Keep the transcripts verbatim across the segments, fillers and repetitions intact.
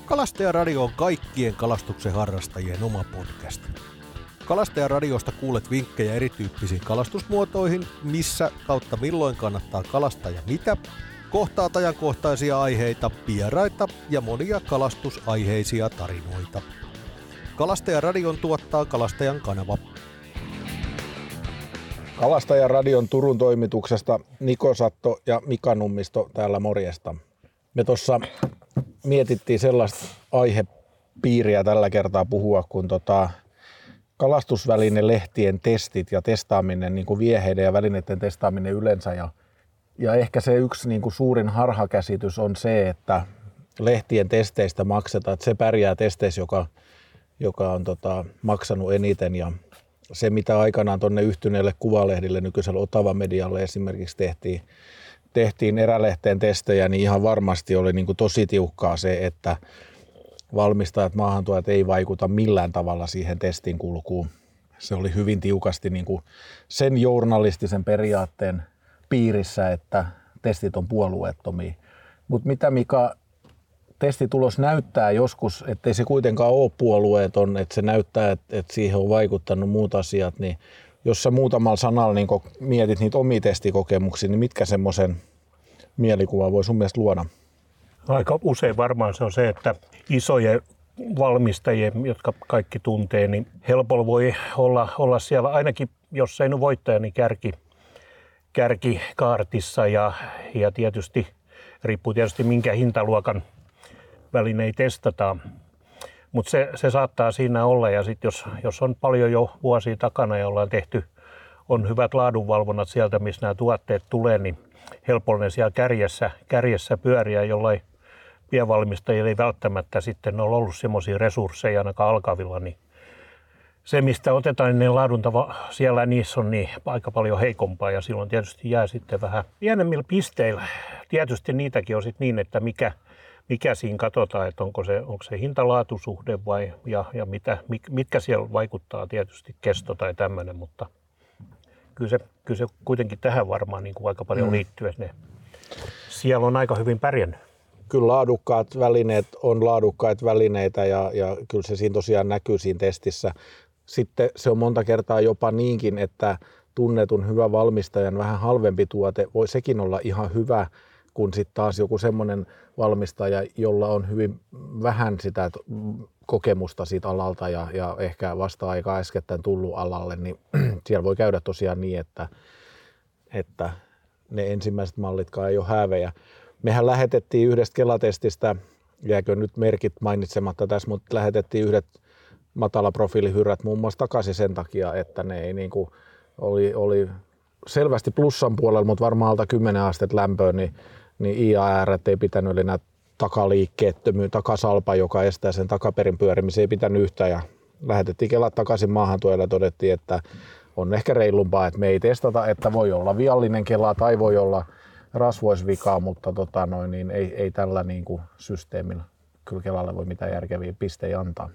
Kalastajaradio on kaikkien kalastuksen harrastajien oma podcast. Kalastajaradiosta kuulet vinkkejä erityyppisiin kalastusmuotoihin, missä kautta milloin kannattaa kalastaa ja mitä, kohtaat ajankohtaisia aiheita, vieraita ja monia kalastusaiheisia tarinoita. Kalastajaradion tuottaa Kalastajan kanava. Kalastajaradion Turun toimituksesta Niko Satto ja Mika Nummisto täällä morjesta. Me tuossa mietittiin sellaista aihepiiriä tällä kertaa puhua, kun tota kalastusväline-lehtien testit ja testaaminen, niin kuin vieheiden ja välineiden testaaminen yleensä. Ja, ja ehkä se yksi niin kuin suurin harhakäsitys on se, että lehtien testeistä maksetaan, että se pärjää testeissä, joka, joka on tota, maksanut eniten. Ja se, mitä aikanaan tuonne yhtyneelle kuvalehdille, nykyiselle Otava Medialle esimerkiksi tehtiin, tehtiin erälehteen testejä, niin ihan varmasti oli niin kuin tosi tiukkaa se, että valmistajat, maahantuojat ei vaikuta millään tavalla siihen testin kulkuun. Se oli hyvin tiukasti niin kuin sen journalistisen periaatteen piirissä, että testit on puolueettomia. Mutta mitä Mika, testitulos näyttää joskus, ettei se kuitenkaan ole puolueeton, että se näyttää, että, että siihen on vaikuttanut muut asiat, niin jos sä muutamalla sanalla niin mietit niitä omia testikokemuksia, niin mitkä semmoisen mielikuvan voi sun mielestä luoda? Aika usein varmaan se on se, että isojen valmistajien, jotka kaikki tuntee, niin helpolla voi olla, olla siellä ainakin, jos ei nyt voittaja, niin kärki, kärkikaartissa ja, ja tietysti riippuu tietysti minkä hintaluokan välineitä testataan. Mutta se, se saattaa siinä olla ja sitten jos, jos on paljon jo vuosia takana ja ollaan tehty, on hyvät laadunvalvonnat sieltä, missä nämä tuotteet tulee, niin helpolla ne siellä kärjessä, kärjessä pyöriä, jollain pienvalmistajilla ei välttämättä sitten ole ollut semmoisia resursseja ainakaan alkavilla, niin se, mistä otetaan niin ne laaduntava siellä niissä on niin aika paljon heikompaa ja silloin tietysti jää sitten vähän pienemmillä pisteillä. Tietysti niitäkin on sitten niin, että mikä, mikä siinä katsotaan, että onko se, onko se hinta-laatusuhde vai ja, ja mitä, mitkä siellä vaikuttaa tietysti kesto tai tämmöinen, mutta kyllä se, kyllä se kuitenkin tähän varmaan niin kuin aika paljon liittyy, että ne siellä on aika hyvin pärjännyt. Kyllä laadukkaat välineet on laadukkaita välineitä ja, ja kyllä se siinä tosiaan näkyy siinä testissä. Sitten se on monta kertaa jopa niinkin, että tunnetun hyvän valmistajan vähän halvempi tuote voi sekin olla ihan hyvä, kun sitten taas joku semmoinen valmistaja, jolla on hyvin vähän sitä kokemusta siitä alalta ja, ja ehkä vasta aika äskettäin tullut alalle, niin siellä voi käydä tosiaan niin, että, että ne ensimmäiset mallitkaan ei ole häävejä. Mehän lähetettiin yhdestä Kela-testistä, jääkö nyt merkit mainitsematta tässä, mutta lähetettiin yhdet matalaprofiilihyrrät muun muassa takaisin sen takia, että ne ei niin kuin oli, oli selvästi plussan puolella, mutta varmaan alta kymmenen astetta lämpöä, niin, niin I A R ei pitänyt, eli nämä takaliikkeettömyys, takasalpa, joka estää sen takaperin pyörimisen, ei pitänyt yhtään ja lähetettiin Kelat takaisin maahantuojille ja todettiin, että on ehkä reilumpaa, että me ei testata, että voi olla viallinen Kela tai voi olla rasvoisvikaa, mutta tota noin, niin ei, ei tällä niin kuin systeemillä kyllä Kelalle voi mitään järkeviä pisteitä antaa.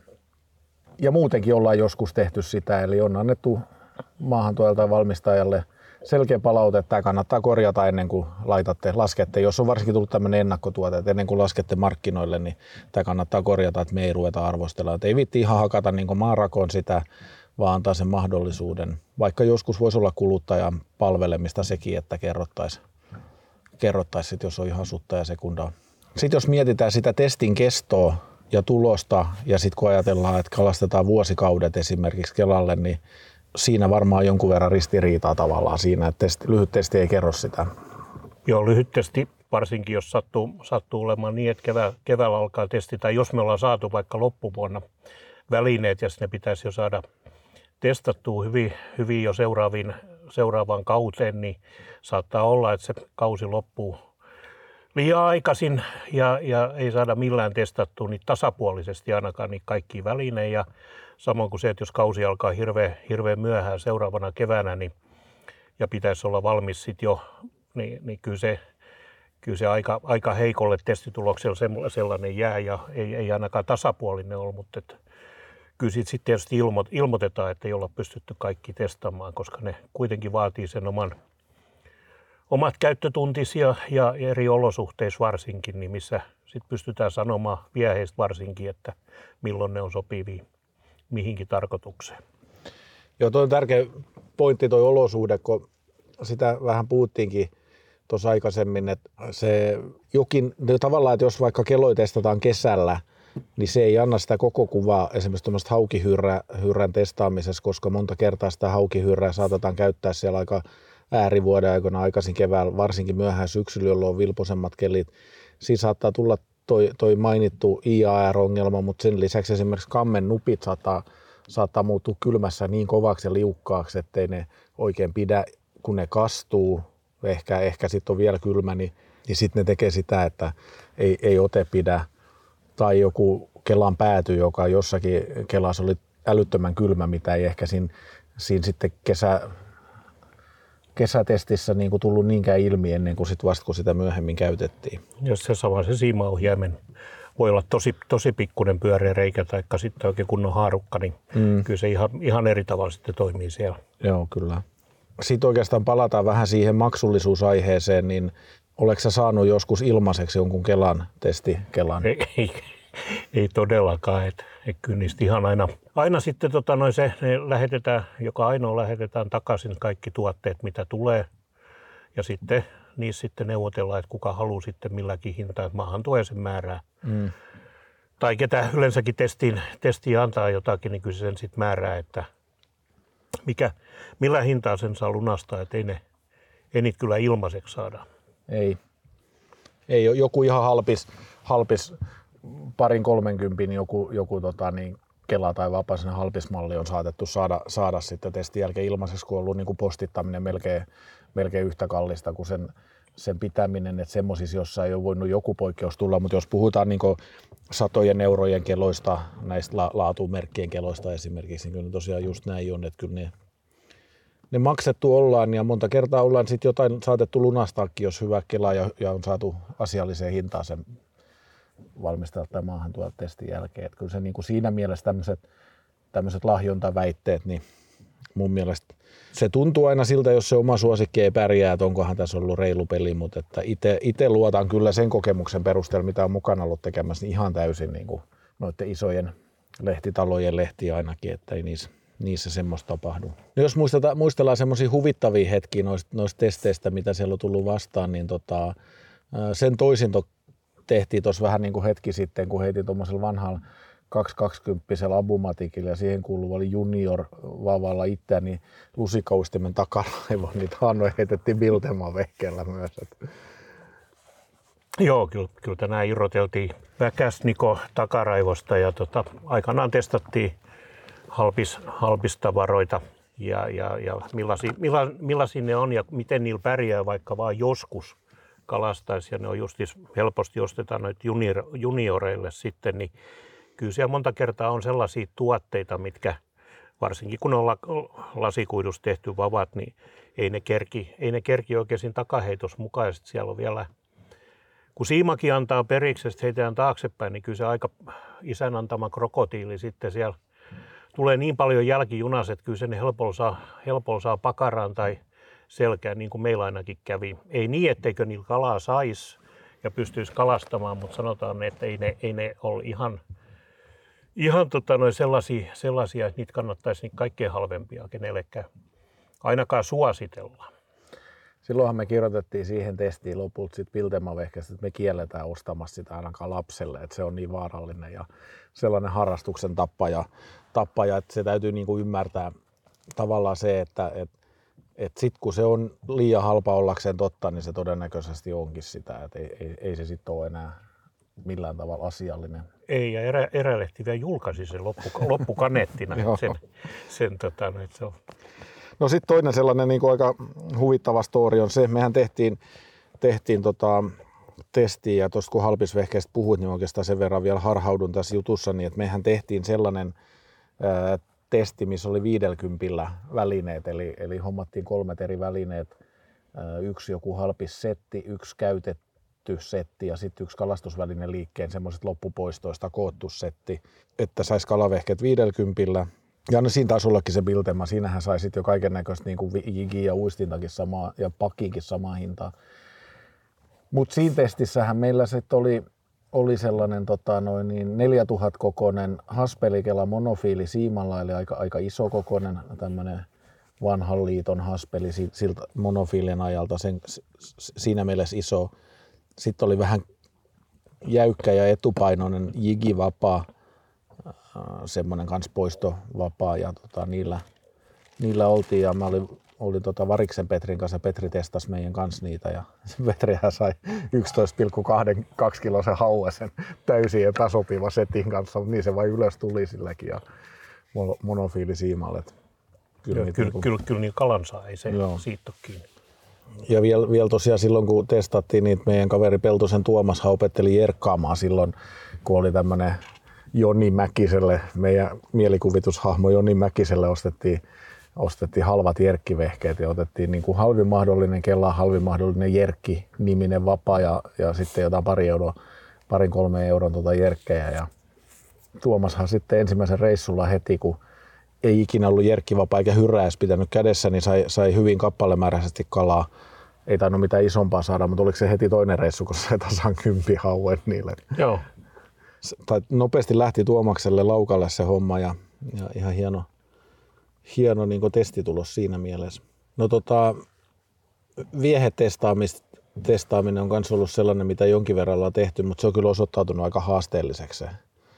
Ja muutenkin ollaan joskus tehty sitä, eli on annettu maahantuojalta valmistajalle selkeä palaute, että tämä kannattaa korjata ennen kuin laitatte, laskette. Jos on varsinkin tullut tämmöinen ennakkotuote, että ennen kuin laskette markkinoille, niin tämä kannattaa korjata, että me ei ruveta arvostella. Että ei viitti ihan hakata niin kuin maanrakoon sitä, vaan antaa sen mahdollisuuden. Vaikka joskus voisi olla kuluttajan palvelemista sekin, että kerrottaisiin, kerrottaisi, jos on ihan sutta ja sekundaa. Sitten jos mietitään sitä testin kestoa ja tulosta, ja sitten kun ajatellaan, että kalastetaan vuosikaudet esimerkiksi Kelalle, niin siinä varmaan jonkun verran ristiriitaa tavallaan siinä, että testi, lyhyt testi ei kerro sitä. Joo, lyhyt testi, varsinkin jos sattuu, sattuu olemaan niin, että kevää, keväällä alkaa testi, tai jos me ollaan saatu vaikka loppuvuonna välineet, ja ne pitäisi jo saada testattua hyvin, hyvin jo seuraaviin, seuraavaan kauteen, niin saattaa olla, että se kausi loppuu liian aikaisin ja, ja ei saada millään testattua niin tasapuolisesti ainakaan niin kaikkia välineitä. Ja samoin kuin se, että jos kausi alkaa hirveän, hirveän myöhään seuraavana keväänä niin, ja pitäisi olla valmis sitten jo, niin, niin kyllä se, kyllä se aika, aika heikolle testituloksella sellainen jää ja ei, ei ainakaan tasapuolinen ole, mutta et, kyllä siitä sitten tietysti ilmo, ilmoitetaan, että ei olla pystytty kaikki testaamaan, koska ne kuitenkin vaatii sen oman omat käyttötuntisia ja eri olosuhteissa varsinkin, niin missä sitten pystytään sanomaan vieheistä varsinkin, että milloin ne on sopivia mihinkin tarkoitukseen. Joo, toi on tärkeä pointti toi olosuhde, kun sitä vähän puhuttiinkin tuossa aikaisemmin, että se jokin, tavallaan, että jos vaikka kelloja testataan kesällä, niin se ei anna sitä koko kuvaa esimerkiksi tuommoista haukihyrrän testaamisessa, koska monta kertaa sitä haukihyrrää saatetaan käyttää siellä aika äärivuoden aikana aikaisin keväällä, varsinkin myöhään syksyllä, jolloin on vilposemmat kelit. Siinä saattaa tulla toi, toi mainittu I A R-ongelma, mutta sen lisäksi esimerkiksi kammen nupit saattaa, saattaa muuttua kylmässä niin kovaksi ja liukkaaksi, ettei ne oikein pidä, kun ne kastuu. Ehkä, ehkä sitten on vielä kylmä, niin, niin sitten ne tekee sitä, että ei, ei ote pidä. Tai joku kelan pääty, joka jossakin kelassa oli älyttömän kylmä, mitä ei ehkä siinä, siinä sitten kesä, kesätestissä niin kuin tullut niinkään ilmi ennen kuin sit vasta kun sitä myöhemmin käytettiin. Jos se sama se siimaohjaimen voi olla tosi, tosi pikkuinen pyöreä reikä tai sitten oikein kunnon haarukka, niin mm. kyllä se ihan, ihan eri tavalla sitten toimii siellä. Joo, kyllä. Sitten oikeastaan palataan vähän siihen maksullisuusaiheeseen, niin oletko sä saanut joskus ilmaiseksi jonkun Kelan testikelan? Ei, ei, ei todellakaan, että et kyllä niistä ihan aina, aina sitten tota, noin se, ne lähetetään, joka ainoa lähetetään takaisin kaikki tuotteet, mitä tulee, ja sitten niissä sitten neuvotellaan, että kuka haluaa sitten milläkin hintaa, että maahan tuo sen määrää. Mm. Tai ketä yleensäkin testiin, testiin antaa jotakin, niin kyllä sen sitten määrää, että mikä, millä hintaa sen saa lunastaa, että ei, ne, ei niitä kyllä ilmaiseksi saada. Ei. Ei joku ihan halpis, halpis parin kolmenkympin joku, joku tota, niin Kela tai vapaasena halpismalli on saatettu saada, saada sitten testin jälkeen ilmaiseksi, kun on ollut niin kuin postittaminen melkein, melkein yhtä kallista kuin sen, sen pitäminen, että semmoisissa, jossa ei ole voinut joku poikkeus tulla, mutta jos puhutaan niin kuin satojen eurojen keloista, näistä la- laatumerkkien keloista esimerkiksi, niin kyllä tosiaan just näin on, että kyllä ne, ne maksettu ollaan ja monta kertaa ollaan sitten jotain saatettu lunastaakin, jos hyvä kela ja, ja on saatu asialliseen hintaan sen valmistaa tai maahan tuoda testin jälkeen. Että kyllä se niin kuin siinä mielessä tämmöiset, tämmöiset lahjontaväitteet, niin mun mielestä se tuntuu aina siltä, jos se oma suosikki ei pärjää, että onkohan tässä ollut reilu peli, mutta että itse luotan kyllä sen kokemuksen perusteella, mitä on mukana ollut tekemässä, niin ihan täysin niin kuin noiden isojen lehtitalojen lehtiä ainakin, että ei niissä, niissä semmoista tapahdu. No jos muistellaan semmoisia huvittavia hetkiä noista, noista testeistä, mitä siellä on tullut vastaan, niin tota, sen toisinto tehtiin tuossa vähän niin kuin hetki sitten, kun heitin tuommoisella vanhalla kaksisataakaksikymmentä Abumatikilla ja siihen kuuluva oli junior vauvalla itseäni lusikaustimen takaraivon, niin taannoin heitettiin Bilteman vehkeellä myös. Joo, kyllä, kyllä tänään irroteltiin väkäsniko takaraivosta ja tota, aikanaan testattiin halpis, halpistavaroita ja, ja, ja millaisia, milla, millaisia ne on ja miten niillä pärjää vaikka vaan joskus kalastaisi ja ne on justis helposti ostetaan noita junior, junioreille sitten, niin kyllä siellä monta kertaa on sellaisia tuotteita, mitkä varsinkin kun on lasikuidussa tehty vavat, niin ei ne kerki, ei ne kerki oikein siinä takaheitossa mukaan. Ja siellä on vielä, kun siimakin antaa periksi ja sitten heitetään taaksepäin, niin kyllä se aika isän antama krokotiili sitten siellä tulee niin paljon jälkijunas, että kyllä sen helpolla saa, helpolla saa pakaraan tai selkään, niin kuin meillä ainakin kävi. Ei niin, etteikö niillä kalaa saisi ja pystyisi kalastamaan, mutta sanotaan, että ei ne, ei ne ole ihan, ihan tota, noin sellaisia, sellaisia, että niitä kannattaisi niitä kaikkein halvempia kenellekään ainakaan suositella. Silloinhan me kirjoitettiin siihen testiin lopulta sitten Bilteman-vehkeestä, että me kielletään ostamassa sitä ainakaan lapselle, että se on niin vaarallinen ja sellainen harrastuksen tappaja, tappaja että se täytyy niinku ymmärtää tavallaan se, että et, et sitten kun se on liian halpa ollakseen totta, niin se todennäköisesti onkin sitä, että ei, ei, ei se sitten ole enää millään tavalla asiallinen. Ei, ja erä, Erälehti vielä julkaisi sen loppu, loppukaneettina. sen, sen, tota, että se on. No sitten toinen sellainen niin kuin aika huvittava story on se, mehän tehtiin, tehtiin tota, testiä ja tuosta kun halpisvehkeistä puhuit, niin oikeastaan sen verran vielä harhaudun tässä jutussa, niin että mehän tehtiin sellainen ää, testi, missä oli viidelkympillä välineet, eli, eli hommattiin kolmet eri välineet, ää, yksi joku halpissetti, yksi käytetty setti ja sitten yksi kalastusväline liikkeen semmoiset loppupoistoista koottu setti, että saisi kalavehkeet viidelkympillä. Ja no siinä taisi ollakin se Biltema. Siinähän sai sitten jo kaiken näköistä niin kuin jigi ja uistintakin samaa ja pakkiinkin samaa hintaa. Mutta siinä testissähän meillä sitten oli, oli sellainen tota, noin niin neljätuhatta kokoinen Haspelikela monofiili siimalla, eli aika, aika iso kokoinen tämmöinen vanhan liiton haspeli siltä monofiilien ajalta, sen, siinä mielessä iso. Sitten oli vähän jäykkä ja etupainoinen jigivapaa, semmoinen kans poistovapaa ja tota, niillä, niillä oltiin ja mä olin, olin tota Variksen Petrin kanssa, Petri testasi meidän kanssa niitä ja Petrihän sai yksitoista pilkku kaksi kilosen hauasen täysin epäsopiva setin kanssa, mutta niin se vain ylös tuli silläkin ja monofiilisiimalle. Kyllä, kyllä, kyllä, kyllä, kyllä niin kalan saa, ei se Joo. siitä ole kiinni. Ja vielä, vielä tosiaan silloin, kun testattiin niitä, meidän kaveri Peltosen Tuomashan opetteli jerkkaamaan silloin, kun oli tämmöinen Joni Mäkiselle, meidän mielikuvitushahmo Joni Mäkiselle ostettiin, ostettiin halvat jerkkivehkeet ja otettiin niin kuin halvin mahdollinen kela, halvin mahdollinen jerkki-niminen vapaa ja, ja sitten jotain pari euro, parin kolme euron tuota jerkkejä. Ja Tuomashan sitten ensimmäisen reissulla heti, kun ei ikinä ollut jerkkivapaa eikä hyrrää edes pitänyt kädessä, niin sai, sai hyvin kappalemääräisesti kalaa. Ei tainnut mitään isompaa saada, mutta oliko se heti toinen reissu, kun sai tasan kympi hauen niille. Joo. Tai nopeasti lähti Tuomakselle laukalle se homma ja, ja ihan hieno, hieno niin kuin testitulos siinä mielessä. No tota, viehetestaaminen on myös ollut sellainen, mitä jonkin verran ollaan tehty, mutta se on kyllä osoittautunut aika haasteelliseksi se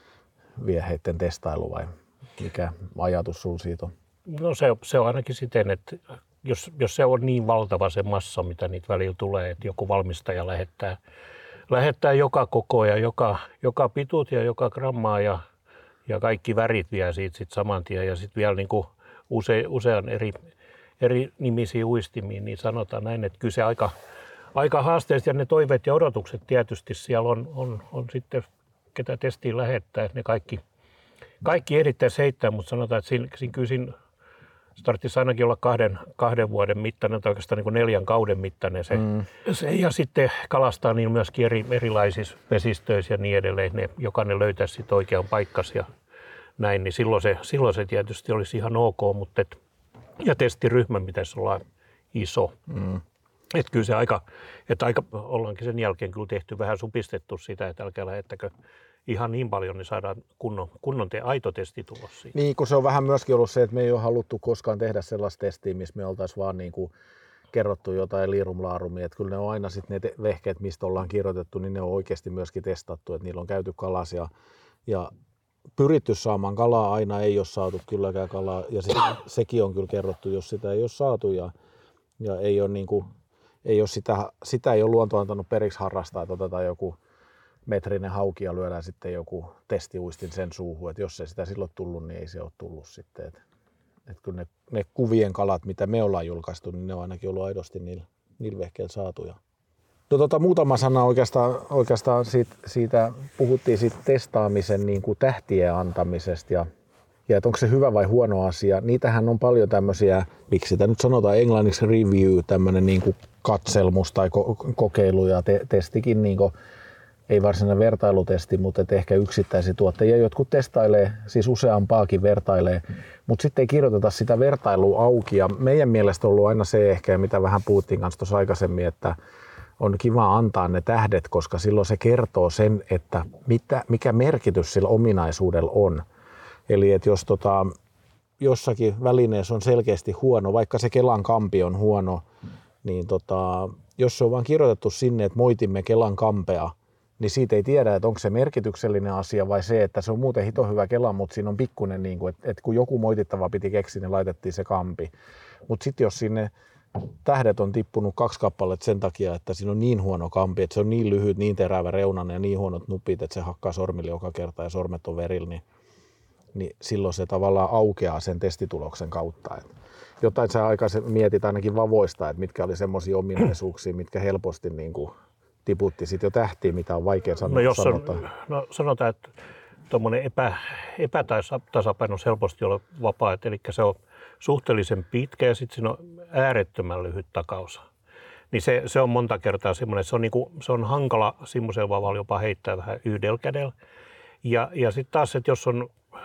vieheiden testailu vai mikä ajatus sulla siitä on? No se, se on ainakin siten, että jos, jos se on niin valtava se massa, mitä niitä välillä tulee, että joku valmistaja lähettää, lähettää joka koko ja joka, joka pituut ja joka grammaa ja, ja kaikki värit vie siitä sit saman tien ja sitten vielä niin kuin use, usean eri, eri nimisiä uistimia, niin sanotaan näin, että kyllä se aika, aika haasteellista ja ne toiveet ja odotukset tietysti siellä on, on, on sitten, ketä testiin lähettää, että ne kaikki Kaikki ehdittäisi heittää, mutta sanotaan, että siinä, siinä kyllä siinä tarvitsisi ainakin olla kahden, kahden vuoden mittainen tai oikeastaan niin kuin neljän kauden mittainen se, mm. se. Ja sitten kalastaa niin myöskin eri, erilaisissa vesistöissä ja niin edelleen, ne, jokainen löytäisi sitten oikean paikkansa ja näin, niin silloin se, silloin se tietysti olisi ihan ok, mutta et, ja testiryhmä pitäisi olla iso. Mm. Että kyllä se aika, että aika ollaankin sen jälkeen kyllä tehty vähän supistettu sitä, että älkää lähettäkö ihan niin paljon, niin saadaan kunnon, kunnon te, aito testitulos siitä. Niin, kun se on vähän myöskin ollut se, että me ei ole haluttu koskaan tehdä sellaista testiä, missä me oltaisiin vaan niin kuin kerrottu jotain liirumlaarumia. Että kyllä ne on aina sitten ne vehkeet, mistä ollaan kirjoitettu, niin ne on oikeasti myöskin testattu, että niillä on käyty kalas ja, ja pyritty saamaan kalaa. Aina ei ole saatu kylläkään kalaa ja sit, sekin on kyllä kerrottu, jos sitä ei ole saatu ja, ja ei ole, niin kuin, ei ole sitä, sitä ei ole luonto antanut periksi harrastaa, että otetaan joku metrinen hauki ja lyödään sitten joku testiuistin sen suuhun, että jos ei sitä silloin tullut, niin ei se ole tullut sitten. Että, että kyllä ne, ne kuvien kalat, mitä me ollaan julkaistu, niin ne on ainakin ollut aidosti niillä, niillä vehkeillä saatuja. No tota, muutama sana oikeastaan, oikeastaan siitä, siitä, puhuttiin siitä testaamisen niin kuin tähtien antamisesta ja, ja että onko se hyvä vai huono asia. Niitähän on paljon tämmöisiä, miksi sitä nyt sanotaan englanniksi review, tämmöinen niin kuin katselmus tai ko- kokeilu ja te- testikin niin kuin ei varsinainen vertailutesti, mutta että ehkä yksittäisiä tuottajia. Jotkut testailee, siis useampaakin vertailee, mutta sitten ei kirjoiteta sitä vertailua auki. Ja meidän mielestä on ollut aina se ehkä, mitä vähän puhuttiin kanssa tuossa aikaisemmin, että on kiva antaa ne tähdet, koska silloin se kertoo sen, että mitä, mikä merkitys sillä ominaisuudella on. Eli että jos tota, jossakin välineessä on selkeästi huono, vaikka se Kelan kampi on huono, niin tota, jos se on vaan kirjoitettu sinne, että moitimme Kelan kampea, niin siitä ei tiedä, että onko se merkityksellinen asia vai se, että se on muuten hito hyvä Kela, mutta siinä on pikkuinen, niin kuin, että, että kun joku moitittava piti keksiä, niin laitettiin se kampi. Mutta sitten jos sinne tähdet on tippunut kaksi kappaletta sen takia, että siinä on niin huono kampi, että se on niin lyhyt, niin terävä reunainen ja niin huonot nupit, että se hakkaa sormille joka kerta ja sormet on verillä, niin, niin silloin se tavallaan aukeaa sen testituloksen kautta. Et jotain sä aikaisemmin mietit ainakin Vavoista, että mitkä oli semmoisia ominaisuuksia, mitkä helposti niin kuin tiputti sit jo tähtiä, mitä on vaikea sanoa. No jos on, no sanotaan, että tuommoinen epä, epätasapainossa helposti olla vapaa, eli se on suhteellisen pitkä ja sitten siinä on äärettömän lyhyt takaosa. Niin se, se on monta kertaa semmoinen, että se on, niinku, se on hankala semmoisella vavalla jopa heittää vähän yhdellä kädellä. Ja, ja sitten taas, että jos on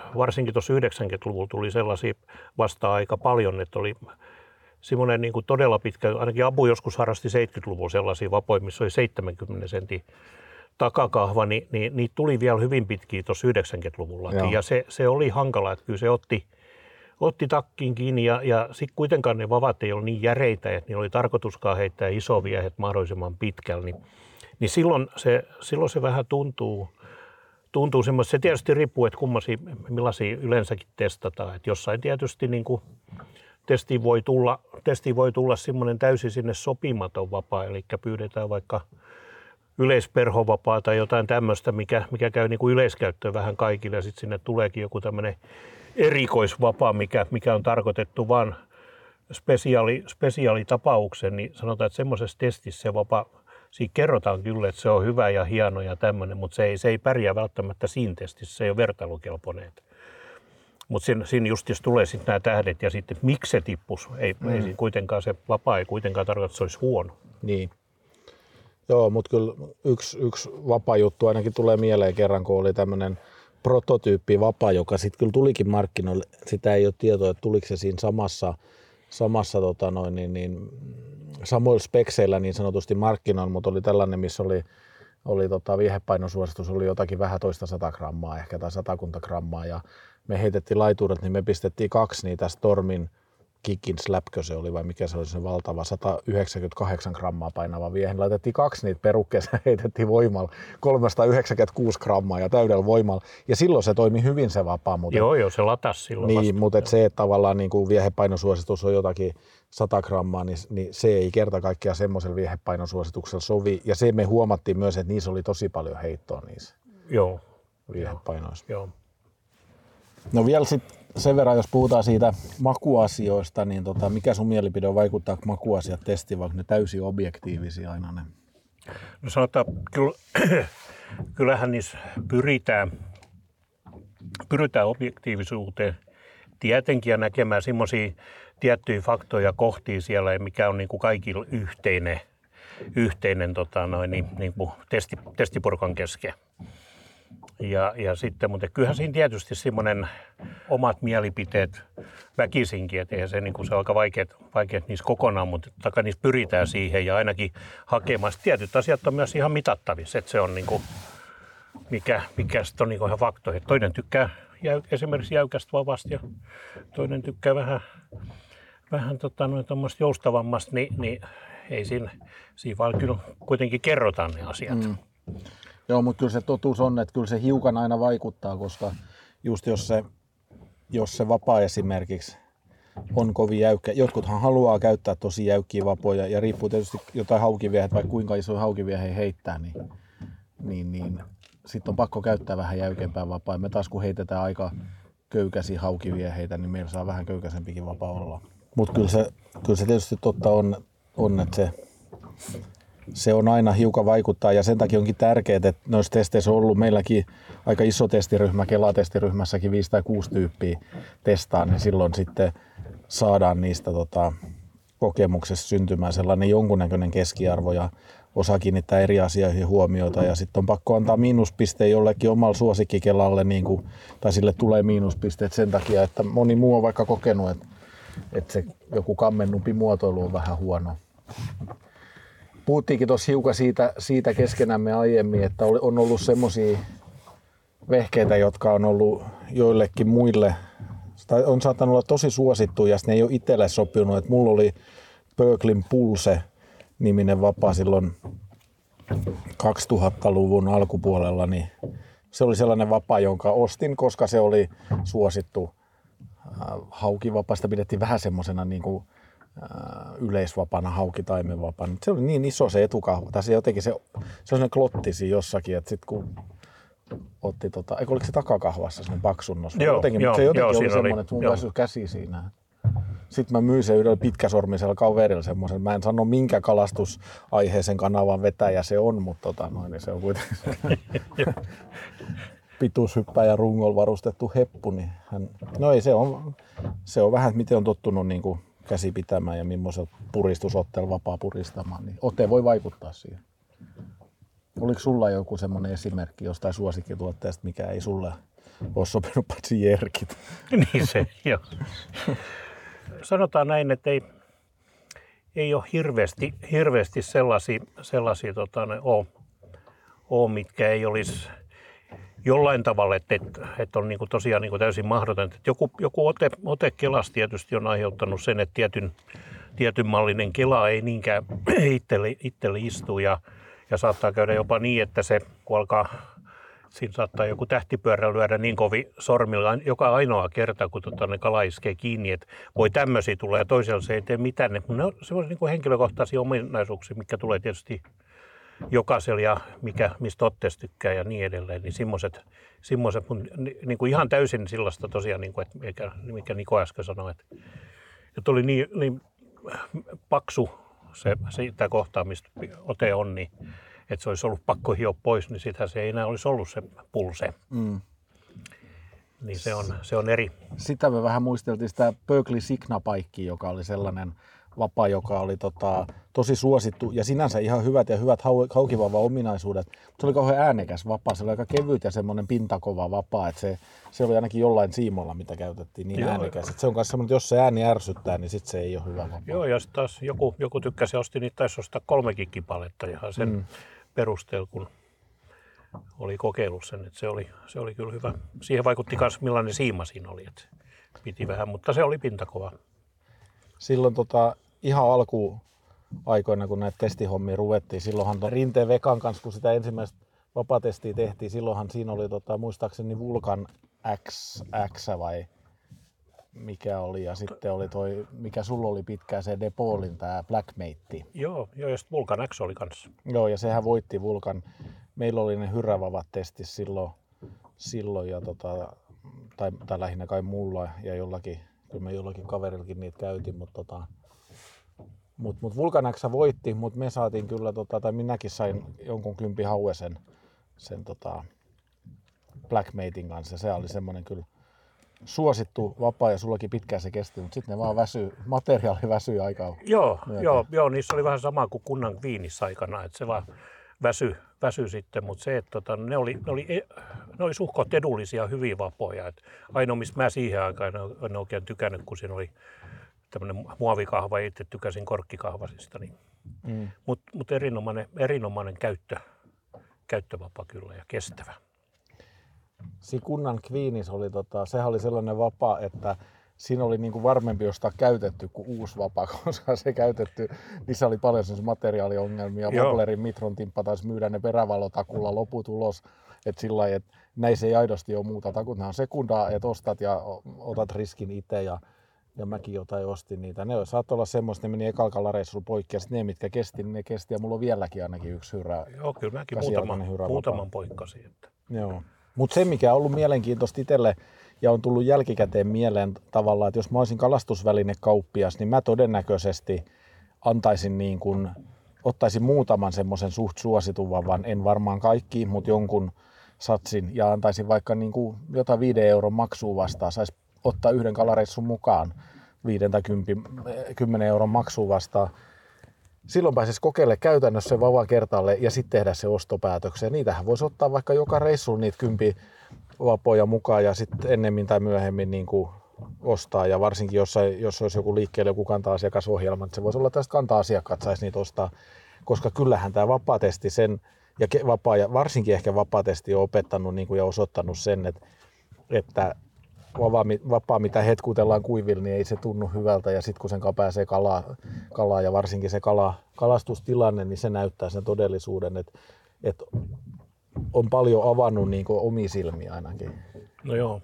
varsinkin tuossa yhdeksänkymmentäluvulla tuli sellaisia vastaan aika paljon, että oli semmoinen niin kuin todella pitkä, ainakin Abu joskus harrasti seitsemänkymmentäluvulla sellaisia vapoja, missä oli seitsemänkymmentä sentin takakahva, niin, niin niitä tuli vielä hyvin pitkiä tuossa yhdeksänkymmentäluvullakin. Joo. Ja se, se oli hankala, että kyllä se otti, otti takkiin kiinni ja, ja sitten kuitenkaan ne vavat ei ollut niin järeitä, että niillä oli tarkoituskaan heittää isoviehet mahdollisimman pitkällä, niin, niin silloin, se, silloin se vähän tuntuu, tuntuu semmoista. Se tietysti riippuu, että kummaisia, millaisia yleensäkin testataan. Että jossain tietysti niin kuin testiin voi tulla, testiin voi tulla semmoinen täysin sinne sopimaton vapaa, eli pyydetään vaikka yleisperhovapaa tai jotain tämmöistä, mikä, mikä käy niin kuin yleiskäyttöön vähän kaikille, ja sitten sinne tuleekin joku tämmöinen erikoisvapaa, mikä, mikä on tarkoitettu vain spesiaali, spesiaalitapauksen, niin sanotaan, että semmoisessa testissä se vapaa, siinä kerrotaan kyllä, että se on hyvä ja hieno ja tämmöinen, mutta se ei, se ei pärjää välttämättä siinä testissä, se ei ole vertailukelpoinen. Mutta siinä, siinä just jos tulee sitten nämä tähdet ja sitten miksi se tippus, ei, mm. ei kuitenkaan se vapaa ei kuitenkaan tarkoita, että se olisi huono. Niin. Joo, mutta kyllä yksi, yksi vapaa juttu ainakin tulee mieleen kerran, kun oli tämmöinen prototyyppi vapaa, joka sitten kyllä tulikin markkinoille. Sitä ei ole tietoa, että tuliko se siinä samassa, samassa tota noin, niin, niin, samoilla spekseillä niin sanotusti markkinoilla, mutta oli tällainen, missä oli, oli tota, viehepainosuositus, oli jotakin vähän toista sata grammaa ehkä tai satakunta grammaa ja me heitettiin laituudet, niin me pistettiin kaksi niitä Stormin Kikin Slapkö se oli vai mikä se oli se valtava sata yhdeksänkymmentäkahdeksan grammaa painava vie. Laitettiin kaksi niitä perukkeessa ja heitettiin voimalla kolmesataayhdeksänkymmentäkuusi grammaa ja täydellä voimalla. Ja silloin se toimi hyvin se vapaa. Mutta joo, joo, se latasi silloin niin, vasta. mutta se, että tavallaan niin kuin viehepainosuositus on jotakin sata grammaa, niin, niin se ei kerta kaikkiaan semmoisella viehepainosuosituksella sovi. Ja se me huomattiin myös, että niissä oli tosi paljon heittoa niissä joo. viehepainoissa. Joo. No vielä sitten sen verran, jos puhutaan siitä makuasioista, niin tota, mikä sun mielipide on, vaikuttaa makuasiat testiin, vaikka ne täysin objektiivisia aina ne? No sanotaan, kyllä, kyllähän niissä pyritään, pyritään objektiivisuuteen tietenkin ja näkemään semmoisia tiettyjä faktoja kohtia siellä, mikä on niin kuin kaikilla yhteinen, yhteinen tota noin, niin, niin kuin testi, testiporukan kesken. Ja, ja sitten, mutta kyllähän siinä tietysti semmoinen omat mielipiteet väkisinkin, että eihän se, niin kuin se on aika vaikeat, vaikeat niissä kokonaan, mutta taka niissä pyritään siihen ja ainakin hakemaan. Tietyt asiat on myös ihan mitattavissa, että se on niin kuin, mikä, mikä sitten on niin kuin ihan faktoja. Toinen tykkää jäy, esimerkiksi jäykästä vavasta ja toinen tykkää vähän, vähän tota, noin joustavammasta, niin, niin ei siinä, siinä vaan kyllä kuitenkin kerrotaan ne asiat. Mm. Joo, mutta kyllä se totuus on, että kyllä se hiukan aina vaikuttaa, koska just jos se, jos se vapaa esimerkiksi on kovin jäykkä, jotkuthan haluaa käyttää tosi jäykkiä vapoja ja riippuu tietysti jotain haukiviehet, vaikka kuinka isoja haukiviehe heittää, niin, niin, niin sitten on pakko käyttää vähän jäykempää vapaa. Me taas kun heitetään aika köykäisiä haukivieheitä, niin meillä saa vähän köykäisempikin vapaa olla. Mutta kyllä se, kyllä se tietysti totta on, on että se... Se on aina hiukan vaikuttaa ja sen takia onkin tärkeää, että noissa testeissä on ollut meilläkin aika iso testiryhmä, Kela-testiryhmässäkin viisi tai kuusi tyyppiä testaa, niin silloin sitten saadaan niistä tota, kokemuksessa syntymään sellainen jonkunnäköinen keskiarvo ja osa kiinnittää eri asioihin huomiota ja sitten on pakko antaa miinuspiste jollekin omalla suosikkikelalle, niin kuin, tai sille tulee miinuspisteet sen takia, että moni muu on vaikka kokenut, että, että se joku kammennumpi muotoilu on vähän huono. Puhuttiinkin tuossa hiukan siitä, siitä keskenämme aiemmin, että on ollut semmoisia vehkeitä, jotka on ollut joillekin muille, tai on saattanut olla tosi suosittuja, ja ne ei ole itselle sopinut. Et mulla oli Berklin Pulse-niminen vapaa silloin kaksituhattaluvun alkupuolella, niin se oli sellainen vapaa, jonka ostin, koska se oli suosittu. Haukivapaasta pidettiin vähän semmoisena niin kuin yleisvapana, haukitaimenvapana. Se oli niin iso se etukahva, tai se jotenkin se, se on klottisi jossakin, että sit kun otti tota, eikö oliko se takakahvassa semmoinen paksunnos? Joo, jotenkin, joo, se jotenkin joo, oli semmoinen, oli, että mun joo. väsyi käsi siinä. Sitten mä myin sen yhdellä pitkäsormisella kaverilla semmoisen. Mä en sano minkä kalastusaiheisen kanavan vetäjä se on, mutta tota, noin, niin se on kuitenkin pituushyppäjä rungolla varustettu heppu. Niin hän, no ei, se on, se on vähän, miten on tottunut niin kuin käsi pitämään ja millaisella puristusotteella vapaa puristamaan. Niin ote voi vaikuttaa siihen. Oliko sulla joku semmoinen esimerkki jostain suosikkituotteesta, mikä ei sulle olisi sopinut paitsi jerkit. Niin se, joo. Sanotaan näin, että ei, ei ole hirveästi, hirveästi sellaisia, sellaisia tota, ne ole, ole, mitkä ei olisi jollain tavalla, että, että, että on niin kuin tosiaan niin kuin täysin mahdotonta. Että joku joku ote, ote Kelasta tietysti on aiheuttanut sen, että tietyn, tietyn mallinen Kela ei niinkään itselle, itselle istu ja, ja saattaa käydä jopa niin, että se kun alkaa, siinä saattaa joku tähtipyörä lyödä niin kovin sormilla joka ainoa kerta, kun tota, ne kala iskee kiinni, että voi tämmöisiä tulla ja toisella se ei tee mitään. Ne on semmoisia niin kuin henkilökohtaisia ominaisuuksia, mitkä tulee tietysti jokaisella ja mikä, mistä otteesta tykkää ja niin edelleen, niin semmoiset, semmoiset niin kuin ihan täysin sellaista tosiaan, niin kuin, että mikä, mikä Niko äsken sanoi, että, että oli niin, niin paksu se, sitä kohtaa, mistä ote on, niin että se olisi ollut pakko hioa pois, niin sitä se ei enää olisi ollut se pulse. Mm. Niin se on, se on eri. Sitä me vähän muisteltiin sitä Berkeley Signa-paikkia, joka oli sellainen vapa, joka oli tota, tosi suosittu ja sinänsä ihan hyvät ja hyvät haukivava ominaisuudet. Mutta se oli kauhean äänekäs vapa, se oli aika kevyt ja semmoinen pintakova vapa, että se, se oli ainakin jollain siimolla, mitä käytettiin, niin Joo, äänekäs. Että se on myös semmoinen, että jos se ääni ärsyttää, niin sitten se ei ole hyvä vapa. Joo, ja sitten taas joku, joku tykkäsi ja osti niitä, taisi ostaa kolmekin kipaletta ihan sen mm. perusteella, kun oli kokeillut sen, että se oli, se oli kyllä hyvä. Siihen vaikutti myös millainen siima siinä oli, että piti vähän, mutta se oli pintakova. Silloin tota, ihan alkuaikoina, kun näitä testihommia ruvettiin, silloinhan Rinteen Vekan kanssa, kun sitä ensimmäistä vapatestiä tehtiin, silloinhan siinä oli tota, muistaakseni Vulcan X, X vai mikä oli, ja sitten oli toi, mikä sulla oli pitkään se Depaulin, tää Blackmate. Joo, joo, ja sitten Vulcan X oli kanssa. Joo, ja sehän voitti Vulcan. Meillä oli ne hyrävavat testit silloin, silloin ja tota, tai, tai lähinnä kai mulla ja jollakin, kyllä me jollakin kaverillakin niitä käytin, mutta tota, mut, mut Vulcan X voitti, mutta me saatiin kyllä, tota, tai minäkin sain jonkun kympi hauesen sen tota, Blackmatein kanssa. Se oli semmoinen kyllä suosittu vapaa ja sullakin pitkään se kesti, mutta sitten ne vaan väsyy, materiaali väsyy aikaa. Joo, joo, joo, niissä oli vähän sama kuin kunnan viinissä aikana, että se vaan väsy, väsy sitten, mutta se, että tota, ne oli, ne oli, ne oli suhkot edullisia, hyviä vapoja. Et ainoa, mistä mä siihen aikaan en oikein tykännyt, kun siinä oli tämmöinen muovikahva, ja itse tykäsin korkkikahvasista. Niin. Mm. Mutta mut erinomainen, erinomainen käyttö, käyttövapa kyllä ja kestävä. Siinä kunnan Queenis oli, tota, sehän oli sellainen vapa, että siinä oli niinku varmempi ostaa käytetty kuin uusi vapa, koska se käytetty, niissä oli paljon materiaaliongelmia. Wobblerin Mitron timppa taisi myydä ne perävalotakulla loput ulos. Että sillä lailla, että näissä ei aidosti ole muuta. Takut ne on sekundaa, että ostat ja otat riskin itse. Ja, ja mäkin jotain ostin niitä. Ne saattoi olla semmoista, ne meni ekalla reissulla poikki. Ja sitten ne, mitkä kesti, niin ne kesti. Ja mulla on vieläkin ainakin yksi hyrä. Joo, kyllä mäkin muutaman, muutaman poikkasin. Että. Joo. Mutta se, mikä on ollut mielenkiintoista itselle ja on tullut jälkikäteen mieleen tavallaan, että jos mä olisin kalastusvälinekauppias, niin mä todennäköisesti antaisin niin kuin, ottaisin muutaman semmoisen suht suositun vavan, en varmaan kaikki, mutta jonkun satsin ja antaisin vaikka niin kuin jotain viiden euron maksua vastaan, saisi ottaa yhden kalareissun mukaan viiden tai kymmenen euron maksua vastaan. Silloin pääsisi kokeilemaan käytännössä se vavan kertalle ja sitten tehdä se ostopäätöksen. Niitähän voisi ottaa vaikka joka reissulla niitä kympi vapoja mukaan ja sitten ennemmin tai myöhemmin niin kuin ostaa. Ja varsinkin jos, jos olisi joku liikkeelle joku kanta-asiakasohjelma, niin se voisi olla tästä kanta-asiakkaat saisi niitä ostaa. Koska kyllähän tämä vapaatesti sen, ja, vapaa, ja varsinkin ehkä vapaatesti on opettanut niin kuin ja osoittanut sen, että, että vapaa, mitä hetkutellaan kuivilla, niin ei se tunnu hyvältä. Ja sitten kun sen pääsee kalaa, kalaa ja varsinkin se kala, kalastustilanne, niin se näyttää sen todellisuuden, että, että on paljon avannut niin kuin omia silmiä ainakin. No joo,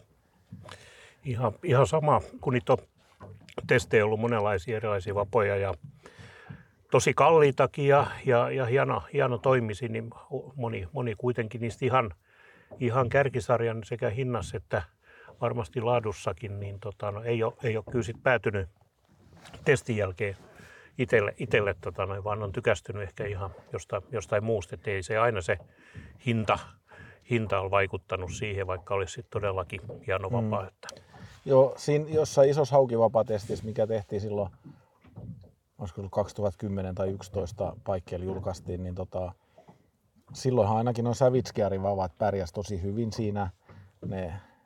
ihan, ihan sama, kun niitä on testejä ollut monenlaisia erilaisia vapoja ja tosi kalliitakin ja, ja, ja hieno, hieno toimisi, niin moni, moni kuitenkin niistä ihan, ihan kärkisarjan sekä hinnassa että varmasti laadussakin, niin tota, no, ei, ole, ei ole kyllä sit päätynyt testin jälkeen itselle, itselle tota, no, vaan on tykästynyt ehkä ihan jostain, jostain muusta, että ei se aina se hinta, hinta on vaikuttanut siihen, vaikka olisi sit todellakin hieno vapaa. Mm. Että. Joo, siinä jossain isossa haukivapatestissä, mikä tehtiin silloin, olisiko ollut kaksituhattakymmenen tai yksitoista paikkeilla julkaistiin, niin tota, silloinhan ainakin nuo Savage Gearin vavat pärjäs tosi hyvin siinä. Ne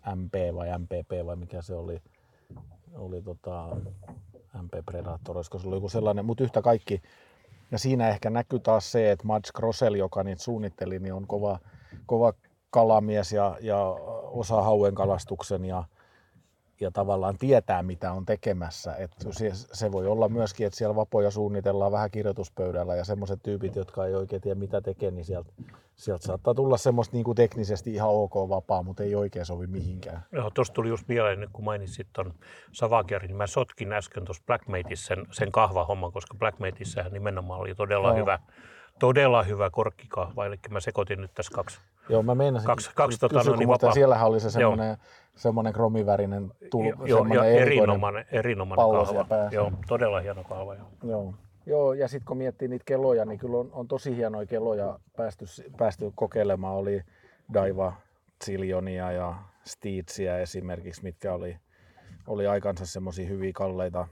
M P vai M P P vai mikä se oli, oli tota, M P Predator, olisiko se oli joku sellainen, mutta yhtä kaikki. Ja siinä ehkä näkyy taas se, että Mads Grossell, joka niitä suunnitteli, niin on kova, kova kalamies ja, ja osaa hauenkalastuksen ja, ja tavallaan tietää, mitä on tekemässä. Et se, se voi olla myöskin, että siellä vapoja suunnitellaan vähän kirjoituspöydällä ja semmoiset tyypit, jotka ei oikein tiedä, mitä tekee, niin sieltä, sieltä saattaa tulla semmoista niin kuin teknisesti ihan ok vapaa, mutta ei oikein sovi mihinkään. Joo, tuossa tuli just mieleen, kun mainitsit tuon Savagerin, niin mä sotkin äsken tuossa Blackmateissa sen, sen kahvahomman, koska Blackmateissähän nimenomaan oli todella no. hyvä, todella hyvä korkkikahva, eli mä sekoitin nyt tässä kaksi. Joo, mä meinasin kaksi, kaksi kysyä, tota, no, niin mutta siellähän oli se semmoinen, semmoinen kromivärinen tul, joo, semmoinen jo, erinomainen, erinomainen kahva. Joo, todella hieno kahva. Joo. Joo. Joo, ja sitten kun miettii niitä keloja, niin kyllä on, on tosi hienoja keloja päästy, päästy kokeilemaan. Oli Daiwa Zillionia ja Steedsia esimerkiksi, mitkä oli, oli aikansa semmoisia hyviä kalleita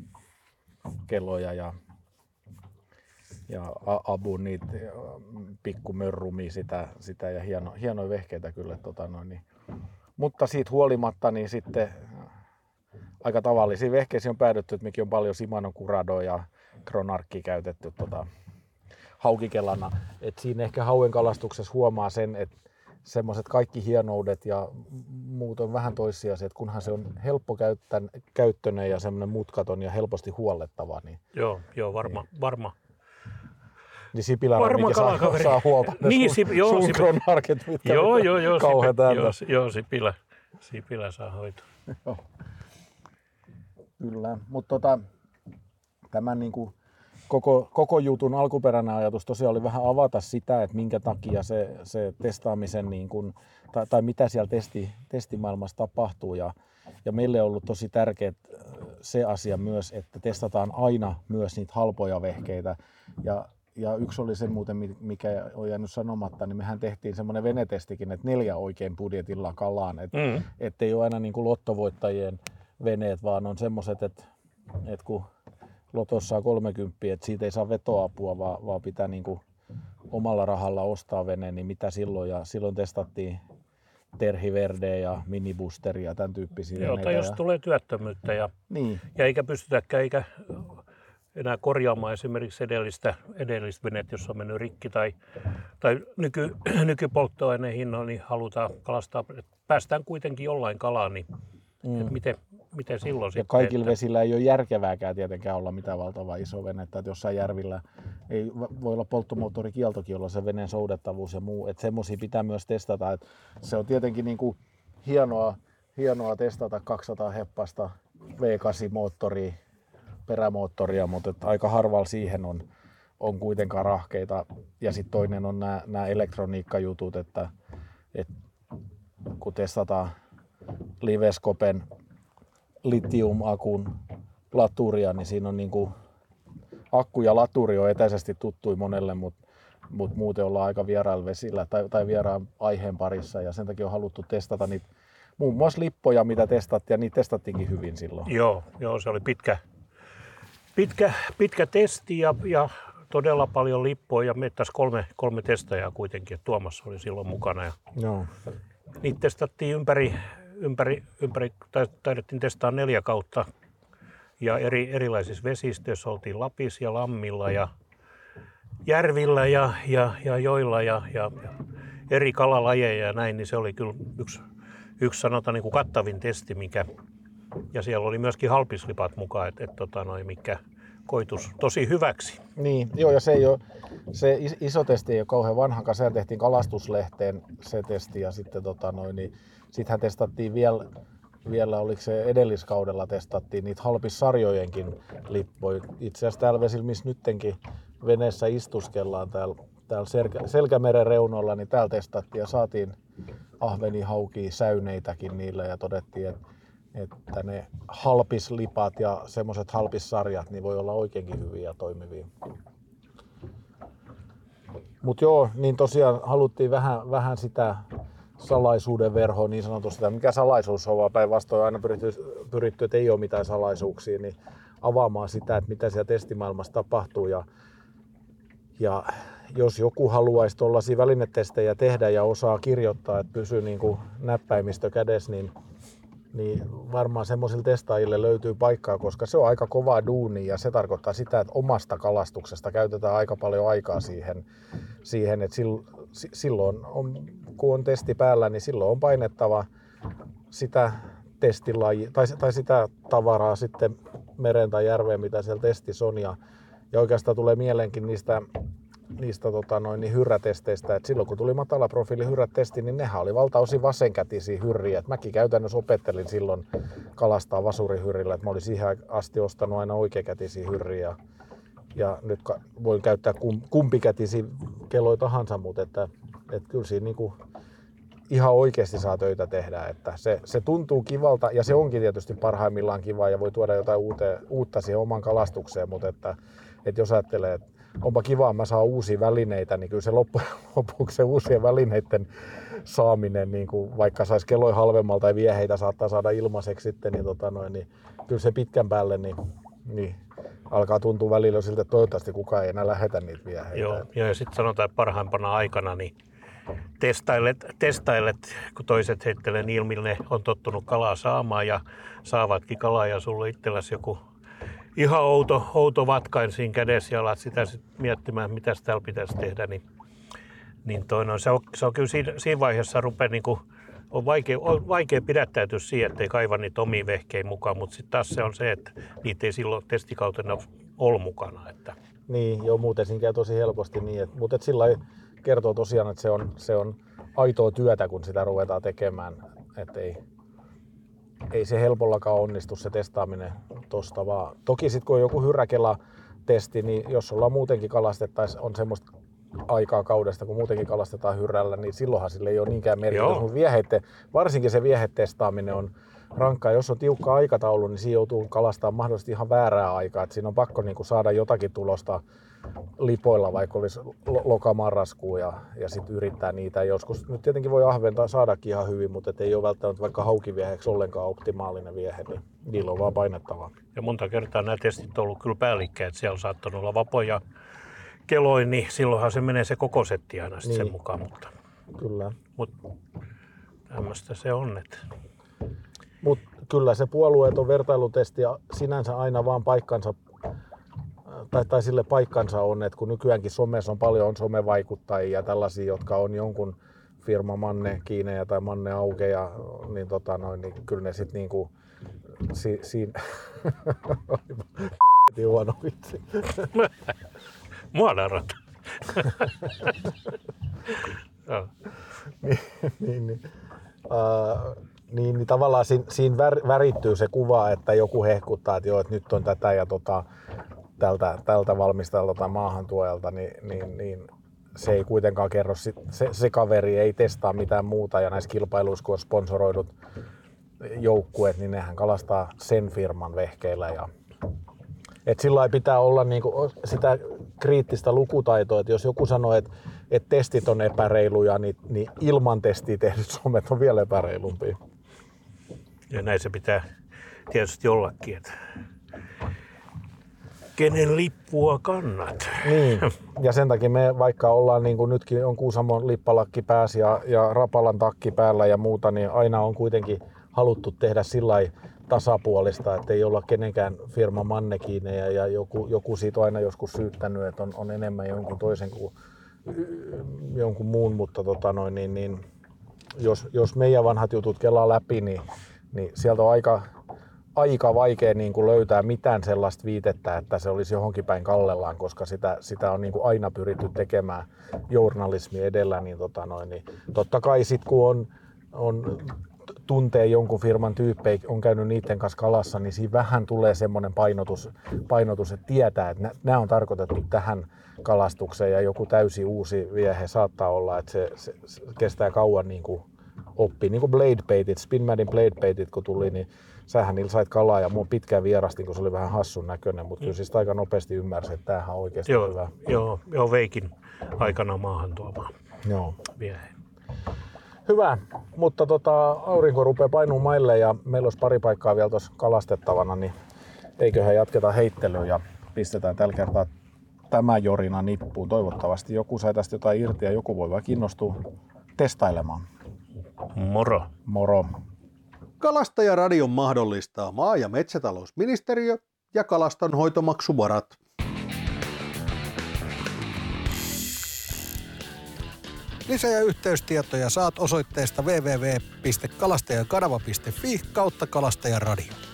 keloja ja, ja Abun niitä pikkumörrumia sitä, sitä ja hieno, hienoja vehkeitä kyllä. Tota noin, niin. Mutta siitä huolimatta niin sitten aika tavallisia vehkeisiä on päädytty, että mikin on paljon Shimano Curado ja Kronarkki käytetty tota, haukikelana. Et siinä ehkä hauen kalastuksessa huomaa sen, että semmoiset kaikki hienoudet ja muut on vähän toissijaiset, kunhan se on helppo käyttöinen ja semmoinen mutkaton ja helposti huollettava. Niin, joo, joo, varma. Niin, varma. Niin Sipilä, mikä saa, saa huolta ne niin, sun, sip, joo, sun sip, Kronarket, mitkä joo, joo, joo, kauhean sip, joo, joo, Sipilä, Sipilä saa hoitaa. Joo. Kyllä, mutta tota, tämän niin kuin koko, koko jutun alkuperäinen ajatus tosiaan oli vähän avata sitä, että minkä takia se, se testaamisen, niin kuin, tai, tai mitä siellä testi, testimaailmassa tapahtuu. Ja, ja meille on ollut tosi tärkeä se asia myös, että testataan aina myös niitä halpoja vehkeitä. Ja, ja yksi oli se muuten, mikä on jäänyt sanomatta, niin mehän tehtiin semmoinen venetestikin, että neljä oikein budjetilla kalaan, että mm. ei ole aina niin kuin lottovoittajien veneet, vaan on semmoiset, että, että kun lotossa saa kolmekymmentä, että siitä ei saa vetoapua, vaan, vaan pitää niin kuin omalla rahalla ostaa vene, niin mitä silloin? Ja silloin testattiin Terhi Verde ja Minibooster ja tämän tyyppisiä Joo, veneitä. tai jos ja... tulee työttömyyttä ja, niin. ja eikä pystytäkään eikä enää korjaamaan esimerkiksi edellistä, edellistä venettä, jos on mennyt rikki tai, tai nyky, nykypolttoaineen hinnoilla, niin halutaan kalastaa. Päästään kuitenkin jollain kalaan, niin mm. miten, miten silloin ja sitten? kaikilla että... vesillä ei ole järkevääkään tietenkään olla mitään valtavaa iso venettä, että jossain järvillä ei voi olla polttomoottorikieltokin, jolla se veneen soudettavuus ja muu, että semmoisia pitää myös testata, että se on tietenkin niin kuin hienoa, hienoa testata kaksisataa heppasta V kahdeksan moottoria, perämoottoria, mutta että aika harvalla siihen on, on kuitenkaan rahkeita. Ja sitten toinen on nämä, nämä elektroniikkajutut, että, että kun testataan Livescopen litium-akun laturia, niin siinä on niin kuin, akku ja laturi on etäisesti tuttui monelle, mutta, mutta muuten ollaan aika vierailla vesillä tai, tai vieraan aiheen parissa ja sen takia on haluttu testata niitä muun muassa lippoja, mitä testattiin ja niitä testattiinkin hyvin silloin. Joo, joo se oli pitkä, pitkä, pitkä testi ja, ja todella paljon lippoja ja me tässä kolme, kolme testajaa kuitenkin, että Tuomas oli silloin mukana. Ja joo. Niitä testattiin ympäri, ympäri, ympäri taidettiin testaa neljä kautta ja eri, erilaisissa vesistöissä oltiin Lapissa ja Lammilla ja järvillä ja, ja, ja joilla ja, ja, ja eri kalalajeja ja näin, niin se oli kyllä yksi, yksi sanotaan niin kuin kattavin testi, mikä, ja siellä oli myöskin halpislipat mukaan, että et, tota, mikä koitus tosi hyväksi. Niin, joo, ja se, ei ole, se iso testi ei ole kauhean vanha, sehän tehtiin kalastuslehteen se testi ja sitten tota, noin, niin, sittenhän testattiin vielä, vielä, oliko se edelliskaudella testattiin niitä halpissarjojenkin lippoja. Itse asiassa täällä vesillä, missä nyttenkin veneessä istuskellaan täällä, täällä Selkä, Selkämeren reunoilla, niin täällä testattiin ja saatiin ahveni, haukia, säyneitäkin niillä ja todettiin, että, että ne halpislipat ja semmoiset halpissarjat niin voi olla oikeinkin hyviä ja toimivia. Mutta joo, niin tosiaan haluttiin vähän, vähän sitä salaisuuden verhoa niin sanotusti, mikä salaisuus on, vaan päinvastoin aina pyritty, pyritty, että ei ole mitään salaisuuksia, niin avaamaan sitä, että mitä siellä testimaailmassa tapahtuu ja, ja, jos joku haluaisi tuollaisia välinetestejä tehdä ja osaa kirjoittaa, että pysyy niin kuin näppäimistö kädessä, niin, niin varmaan semmoisille testaajille löytyy paikkaa, koska se on aika kovaa duunia ja se tarkoittaa sitä, että omasta kalastuksesta käytetään aika paljon aikaa siihen, siihen että silloin on, kun on testi päällä, niin silloin on painettava sitä testilaji, tai, tai sitä tavaraa sitten mereen tai järveen, mitä siellä testissä on. Ja, ja oikeastaan tulee mieleenkin niistä, niistä tota noin, niin hyrrätesteistä, että silloin kun tuli matalaprofiili hyrrätesti, niin nehän oli valtaosin vasenkätisiä hyrriä. Et mäkin käytännössä opettelin silloin kalastaa vasurihyrrillä, että mä olin siihen asti ostanut aina oikeakätisiä hyrriä. Ja nyt voin käyttää kumpikätisiä kelloja tahansa, mutta että, että kyllä siinä niin kuin ihan oikeasti saa töitä tehdä. Että se, se tuntuu kivalta ja se onkin tietysti parhaimmillaan kivaa ja voi tuoda jotain uute, uutta siihen oman kalastukseen, mutta että, että jos ajattelee, että onpa kivaa, mä saan uusia välineitä, niin kyllä se loppujen lopuksi se uusien välineiden saaminen, niin kuin vaikka saisi kelloja halvemmalta tai vieheitä saattaa saada ilmaiseksi sitten, niin, tota noin, niin kyllä se pitkän päälle niin, niin alkaa tuntua välillä siltä, että toivottavasti kukaan ei enää lähetä niitä vieheitä. Joo, joo ja sitten sanotaan, että parhaimpana aikana niin testailet, testailet, kun toiset heittelee niin ilmille, on tottunut kalaa saamaan ja saavatkin kalaa ja sulla itselläsi joku ihan outo, outo vatkain siinä kädessä ja alat sitä sit miettimään, mitä täällä pitäisi tehdä, niin, niin toi, no, se, on, se on kyllä siinä, siinä vaiheessa rupeaa, niin kuin, on, vaikea, on vaikea pidättäytyä siihen, ettei kaiva niitä omia vehkeitä mukaan, mutta sitten taas se on se, että niitä ei silloin testikautena ole mukana. Että. Niin, joo, muuten siinä käy tosi helposti niin, että, mutta että sillä kertoo tosiaan, että se on, se on aitoa työtä, kun sitä ruvetaan tekemään, että ei, ei se helpollakaan onnistu se testaaminen tosta vaan. Toki sitten kun on joku hyrräkela-testi, niin jos ollaan muutenkin kalastettaisiin, on semmoista aikaa kaudesta, kun muutenkin kalastetaan hyrrällä, niin silloinhan sille ei ole niinkään merkitystä. Mutta vieheitte, varsinkin se viehetestaaminen on rankkaa. Jos on tiukka aikataulu, niin siinä joutuu kalastamaan mahdollisesti ihan väärää aikaa. Et siinä on pakko niinku saada jotakin tulosta lipoilla, vaikka olisi loka-marraskuu ja, ja sitten yrittää niitä. Joskus nyt tietenkin voi ahventaa saadakin ihan hyvin, mutta ei ole välttämättä vaikka haukivieheksi ollenkaan optimaalinen viehe, niin niillä on vaan painettavaa. Ja monta kertaa nämä testit on ollut kyllä päällikkäin, että siellä on saattanut olla vapoja keloin, niin silloinhan se menee se koko setti aina niin sen mukaan. Mutta, kyllä. Mutta tämmöistä se on. Että. Mutta kyllä se puolueeton vertailutesti ja sinänsä aina vaan paikkansa Tai, tai sille paikkansa on, että kun nykyäänkin somessa on paljon on somevaikuttajia ja tällaisia, jotka on jonkun firma Manne Kiinejä tai Manne Aukeja, niin, tota noin, niin kyllä ne sitten niinku si, siinä huono vitsi. Mua narrat. niin, niin, niin. Uh, niin, niin tavallaan siinä, siinä vär, värittyy se kuva, että joku hehkuttaa, että joo, että nyt on tätä ja tota, tältä, tältä valmistajalta tai maahantuojalta, niin, niin, niin se ei kuitenkaan kerro, se, se kaveri ei testaa mitään muuta ja näissä kilpailuissa, kun on sponsoroidut joukkueet, niin nehän kalastaa sen firman vehkeillä. Ja, et sillä pitää olla niinku sitä kriittistä lukutaitoa, että jos joku sanoo, että, että testit on epäreiluja, niin, niin ilman testiä tehdyt somet on vielä epäreilumpia. Ja näin se pitää tietysti ollakin, että kenen lippua kannat. Niin, ja sen takia me vaikka ollaan niin kuin nytkin on Kuusamon lippalakki pääsi ja, ja Rapalan takki päällä ja muuta, niin aina on kuitenkin haluttu tehdä sillai tasapuolista, että ei olla kenenkään firma mannekiineja ja joku, joku siitä on aina joskus syyttänyt, että on, on enemmän jonkun toisen kuin jonkun muun, mutta tota noin, niin, niin, jos, jos meidän vanhat jutut kelaa läpi, niin, niin sieltä on aika aika vaikea niin kuin löytää mitään sellaista viitettä, että se olisi johonkin päin kallellaan, koska sitä, sitä on niin kuin aina pyritty tekemään journalismi edellä. Niin, tota noin, niin totta kai sit kun on, on tuntee jonkun firman tyyppejä, on käynyt niiden kanssa kalassa, niin siinä vähän tulee semmoinen painotus, painotus, että tietää, että nämä on tarkoitettu tähän kalastukseen ja joku täysin uusi viehe saattaa olla, että se, se, se kestää kauan niin kuin oppii. Niin kuin blade baitit, Spin Madin blade baitit kun tuli, niin sähän niillä sait kalaa ja mua pitkään vierastin, kun se oli vähän hassun näköinen, mutta kyllä siis aika nopeasti ymmärsi, että tämähän on oikeasti joo, hyvä. Joo, joo, veikin aikana maahan tuomaan joo. vieheen. Hyvä, mutta tota, aurinko rupeaa painuu maille ja meillä olisi pari paikkaa vielä tuossa kalastettavana, niin eiköhän jatketa heittelyä ja pistetään tällä kertaa tämä jorina nippuun. Toivottavasti joku sai tästä jotain irti ja joku voi vaikka innostua testailemaan. Moro. Moro. Kalastajaradion mahdollistaa maa- ja metsätalousministeriö ja kalastonhoitomaksuvarat. Lisä- ja yhteystietoja saat osoitteesta double-u double-u double-u piste kalastajakanava piste fi kautta kalastajaradio.